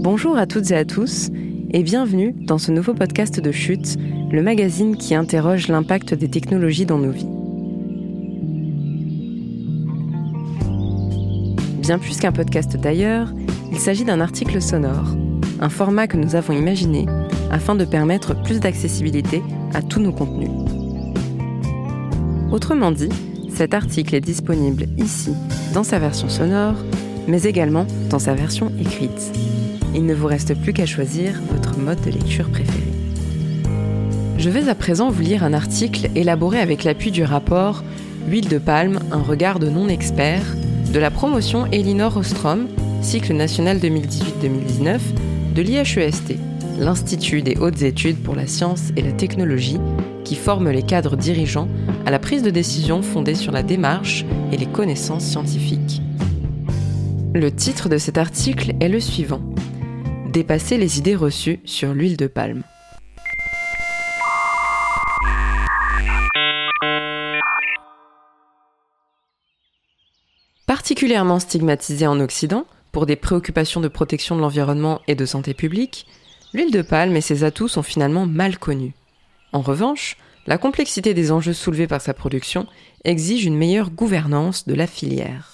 Bonjour à toutes et à tous et bienvenue dans ce nouveau podcast de Chute, le magazine qui interroge l'impact des technologies dans nos vies. Bien plus qu'un podcast d'ailleurs, il s'agit d'un article sonore, un format que nous avons imaginé afin de permettre plus d'accessibilité à tous nos contenus. Autrement dit, cet article est disponible ici, dans sa version sonore, mais également dans sa version écrite. Il ne vous reste plus qu'à choisir votre mode de lecture préféré. Je vais à présent vous lire un article élaboré avec l'appui du rapport « Huile de palme, un regard de non-expert » de la promotion Elinor Ostrom, cycle national 2018-2019, de l'IHEST, l'Institut des hautes études pour la science et la technologie, qui forme les cadres dirigeants à la prise de décision fondée sur la démarche et les connaissances scientifiques. Le titre de cet article est le suivant: Dépasser les idées reçues sur l'huile de palme. Particulièrement stigmatisée en Occident, pour des préoccupations de protection de l'environnement et de santé publique, l'huile de palme et ses atouts sont finalement mal connus. En revanche, la complexité des enjeux soulevés par sa production exige une meilleure gouvernance de la filière.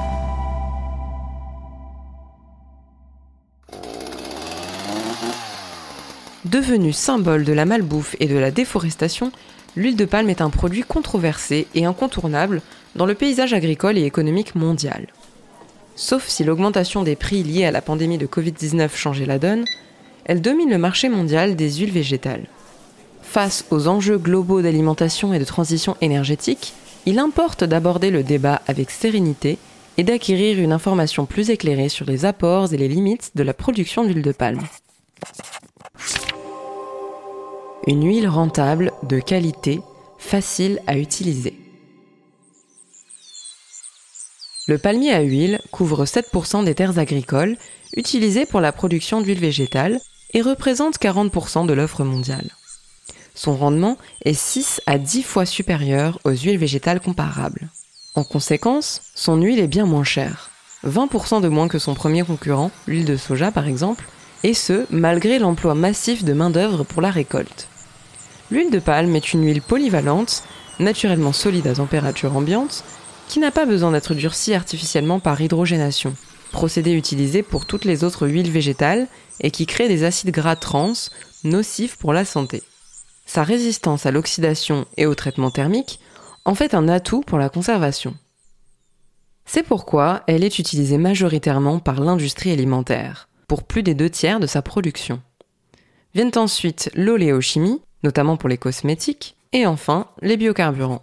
Devenue symbole de la malbouffe et de la déforestation, l'huile de palme est un produit controversé et incontournable dans le paysage agricole et économique mondial. Sauf si l'augmentation des prix liée à la pandémie de Covid-19 changeait la donne, elle domine le marché mondial des huiles végétales. Face aux enjeux globaux d'alimentation et de transition énergétique, il importe d'aborder le débat avec sérénité et d'acquérir une information plus éclairée sur les apports et les limites de la production d'huile de palme. Une huile rentable, de qualité, facile à utiliser. Le palmier à huile couvre 7% des terres agricoles utilisées pour la production d'huile végétale et représente 40% de l'offre mondiale. Son rendement est 6 à 10 fois supérieur aux huiles végétales comparables. En conséquence, son huile est bien moins chère, 20% de moins que son premier concurrent, l'huile de soja par exemple, et ce, malgré l'emploi massif de main-d'œuvre pour la récolte. L'huile de palme est une huile polyvalente, naturellement solide à température ambiante, qui n'a pas besoin d'être durcie artificiellement par hydrogénation, procédé utilisé pour toutes les autres huiles végétales et qui crée des acides gras trans nocifs pour la santé. Sa résistance à l'oxydation et au traitement thermique en fait un atout pour la conservation. C'est pourquoi elle est utilisée majoritairement par l'industrie alimentaire, pour plus des 2/3 de sa production. Viennent ensuite l'oléochimie, notamment pour les cosmétiques, et enfin les biocarburants.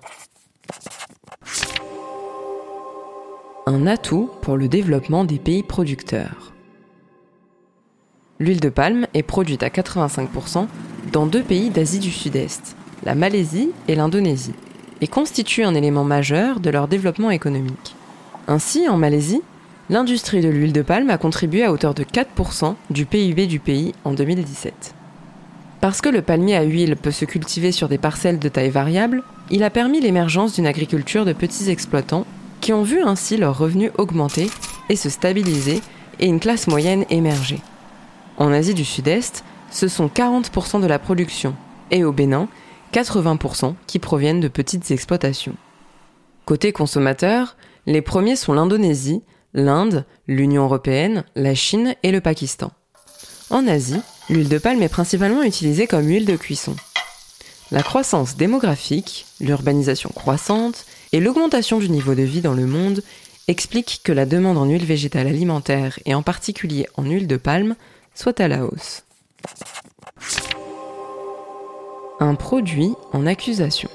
Un atout pour le développement des pays producteurs. L'huile de palme est produite à 85% dans 2 pays d'Asie du Sud-Est, la Malaisie et l'Indonésie, et constitue un élément majeur de leur développement économique. Ainsi, en Malaisie, l'industrie de l'huile de palme a contribué à hauteur de 4% du PIB du pays en 2017. Parce que le palmier à huile peut se cultiver sur des parcelles de taille variable, il a permis l'émergence d'une agriculture de petits exploitants qui ont vu ainsi leurs revenus augmenter et se stabiliser et une classe moyenne émerger. En Asie du Sud-Est, ce sont 40% de la production et au Bénin, 80% qui proviennent de petites exploitations. Côté consommateurs, les premiers sont l'Indonésie, l'Inde, l'Union européenne, la Chine et le Pakistan. En Asie, l'huile de palme est principalement utilisée comme huile de cuisson. La croissance démographique, l'urbanisation croissante et l'augmentation du niveau de vie dans le monde expliquent que la demande en huile végétale alimentaire et en particulier en huile de palme soit à la hausse. Un produit en accusation.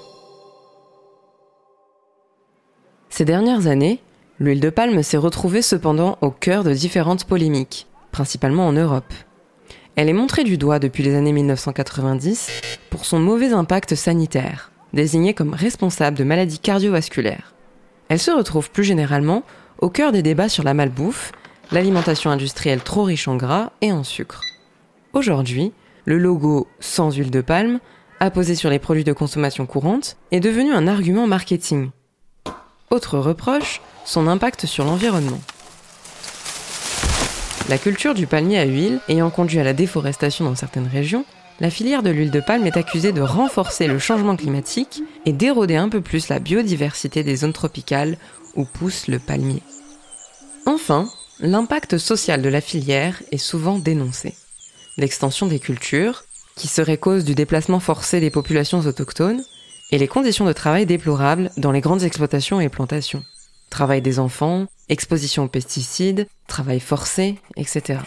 Ces dernières années, l'huile de palme s'est retrouvée cependant au cœur de différentes polémiques, principalement en Europe. Elle est montrée du doigt depuis les années 1990 pour son mauvais impact sanitaire, désignée comme responsable de maladies cardiovasculaires. Elle se retrouve plus généralement au cœur des débats sur la malbouffe, l'alimentation industrielle trop riche en gras et en sucre. Aujourd'hui, le logo « sans huile de palme » apposé sur les produits de consommation courante est devenu un argument marketing. Autre reproche, son impact sur l'environnement. La culture du palmier à huile ayant conduit à la déforestation dans certaines régions, la filière de l'huile de palme est accusée de renforcer le changement climatique et d'éroder un peu plus la biodiversité des zones tropicales où pousse le palmier. Enfin, l'impact social de la filière est souvent dénoncé. L'extension des cultures, qui serait cause du déplacement forcé des populations autochtones, et les conditions de travail déplorables dans les grandes exploitations et plantations. Travail des enfants, exposition aux pesticides, travail forcé, etc.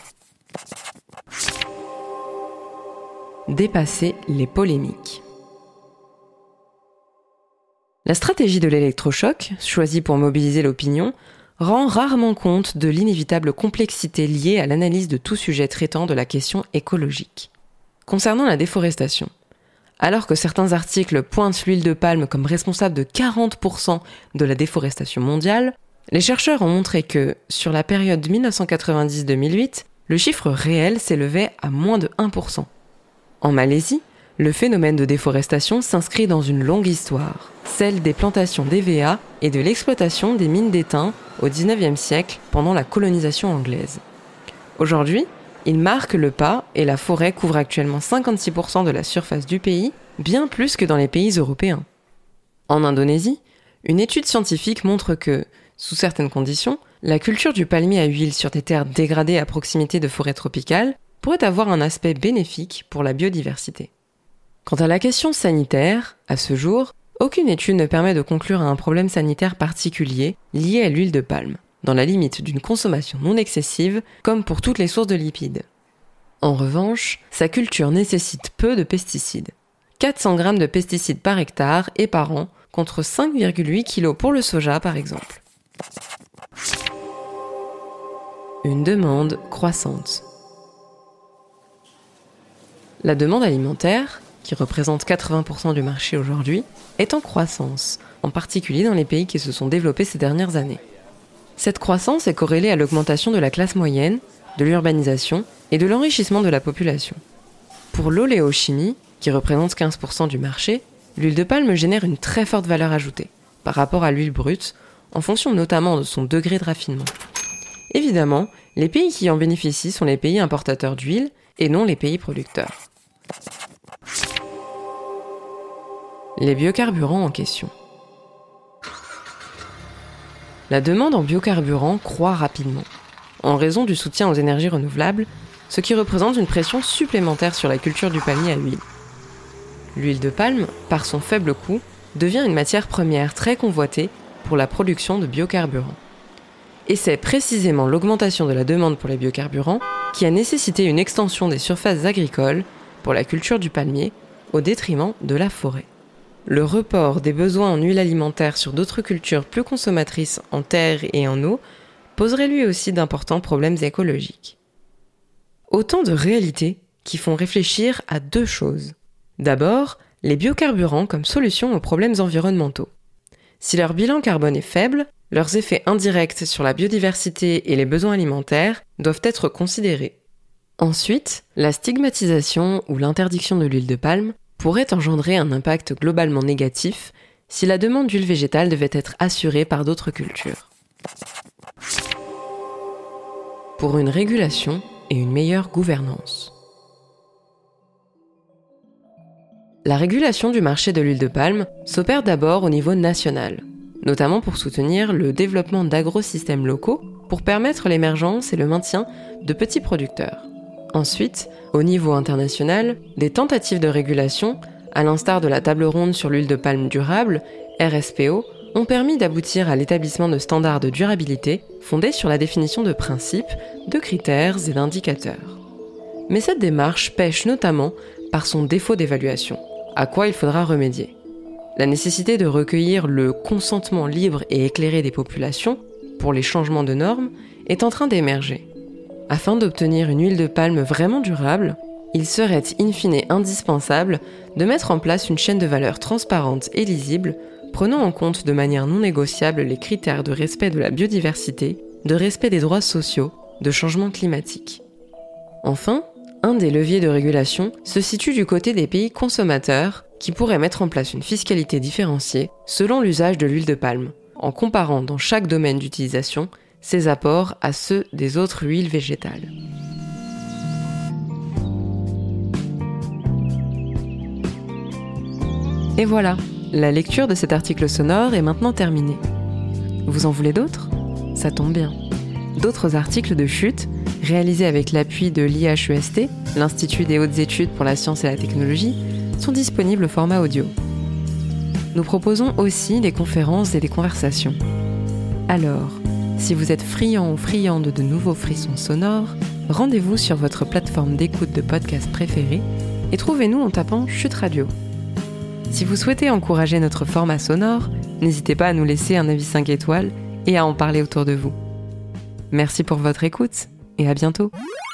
Dépasser les polémiques. La stratégie de l'électrochoc, choisie pour mobiliser l'opinion, rend rarement compte de l'inévitable complexité liée à l'analyse de tout sujet traitant de la question écologique. Concernant la déforestation, alors que certains articles pointent l'huile de palme comme responsable de 40% de la déforestation mondiale, les chercheurs ont montré que, sur la période 1990-2008, le chiffre réel s'élevait à moins de 1%. En Malaisie, le phénomène de déforestation s'inscrit dans une longue histoire, celle des plantations d'EVA et de l'exploitation des mines d'étain au XIXe siècle pendant la colonisation anglaise. Aujourd'hui, il marque le pas et la forêt couvre actuellement 56% de la surface du pays, bien plus que dans les pays européens. En Indonésie, une étude scientifique montre que, sous certaines conditions, la culture du palmier à huile sur des terres dégradées à proximité de forêts tropicales pourrait avoir un aspect bénéfique pour la biodiversité. Quant à la question sanitaire, à ce jour, aucune étude ne permet de conclure à un problème sanitaire particulier lié à l'huile de palme, dans la limite d'une consommation non excessive, comme pour toutes les sources de lipides. En revanche, sa culture nécessite peu de pesticides. 400 grammes de pesticides par hectare et par an, contre 5,8 kg pour le soja par exemple. Une demande croissante. La demande alimentaire, qui représente 80% du marché aujourd'hui, est en croissance, en particulier dans les pays qui se sont développés ces dernières années. Cette croissance est corrélée à l'augmentation de la classe moyenne, de l'urbanisation et de l'enrichissement de la population. Pour l'oléochimie, qui représente 15% du marché, l'huile de palme génère une très forte valeur ajoutée, par rapport à l'huile brute, en fonction notamment de son degré de raffinement. Évidemment, les pays qui en bénéficient sont les pays importateurs d'huile et non les pays producteurs. Les biocarburants en question. La demande en biocarburants croît rapidement, en raison du soutien aux énergies renouvelables, ce qui représente une pression supplémentaire sur la culture du palmier à huile. L'huile de palme, par son faible coût, devient une matière première très convoitée pour la production de biocarburants. Et c'est précisément l'augmentation de la demande pour les biocarburants qui a nécessité une extension des surfaces agricoles pour la culture du palmier au détriment de la forêt. Le report des besoins en huile alimentaire sur d'autres cultures plus consommatrices en terre et en eau poserait lui aussi d'importants problèmes écologiques. Autant de réalités qui font réfléchir à deux choses. D'abord, les biocarburants comme solution aux problèmes environnementaux. Si leur bilan carbone est faible, leurs effets indirects sur la biodiversité et les besoins alimentaires doivent être considérés. Ensuite, la stigmatisation ou l'interdiction de l'huile de palme pourrait engendrer un impact globalement négatif si la demande d'huile végétale devait être assurée par d'autres cultures. Pour une régulation et une meilleure gouvernance. La régulation du marché de l'huile de palme s'opère d'abord au niveau national, notamment pour soutenir le développement d'agro-systèmes locaux pour permettre l'émergence et le maintien de petits producteurs. Ensuite, au niveau international, des tentatives de régulation, à l'instar de la table ronde sur l'huile de palme durable, RSPO, ont permis d'aboutir à l'établissement de standards de durabilité fondés sur la définition de principes, de critères et d'indicateurs. Mais cette démarche pèche notamment par son défaut d'évaluation, à quoi il faudra remédier. La nécessité de recueillir le consentement libre et éclairé des populations pour les changements de normes est en train d'émerger. Afin d'obtenir une huile de palme vraiment durable, il serait in fine indispensable de mettre en place une chaîne de valeur transparente et lisible, prenant en compte de manière non négociable les critères de respect de la biodiversité, de respect des droits sociaux, de changement climatique. Enfin, un des leviers de régulation se situe du côté des pays consommateurs qui pourraient mettre en place une fiscalité différenciée selon l'usage de l'huile de palme, en comparant dans chaque domaine d'utilisation ses apports à ceux des autres huiles végétales. Et voilà, la lecture de cet article sonore est maintenant terminée. Vous en voulez d'autres ? Ça tombe bien. D'autres articles de chute, réalisés avec l'appui de l'IHEST, l'Institut des hautes études pour la science et la technologie, sont disponibles au format audio. Nous proposons aussi des conférences et des conversations. Alors, si vous êtes friand ou friande de nouveaux frissons sonores, rendez-vous sur votre plateforme d'écoute de podcast préférée et trouvez-nous en tapant Chute Radio. Si vous souhaitez encourager notre format sonore, n'hésitez pas à nous laisser un avis 5 étoiles et à en parler autour de vous. Merci pour votre écoute et à bientôt.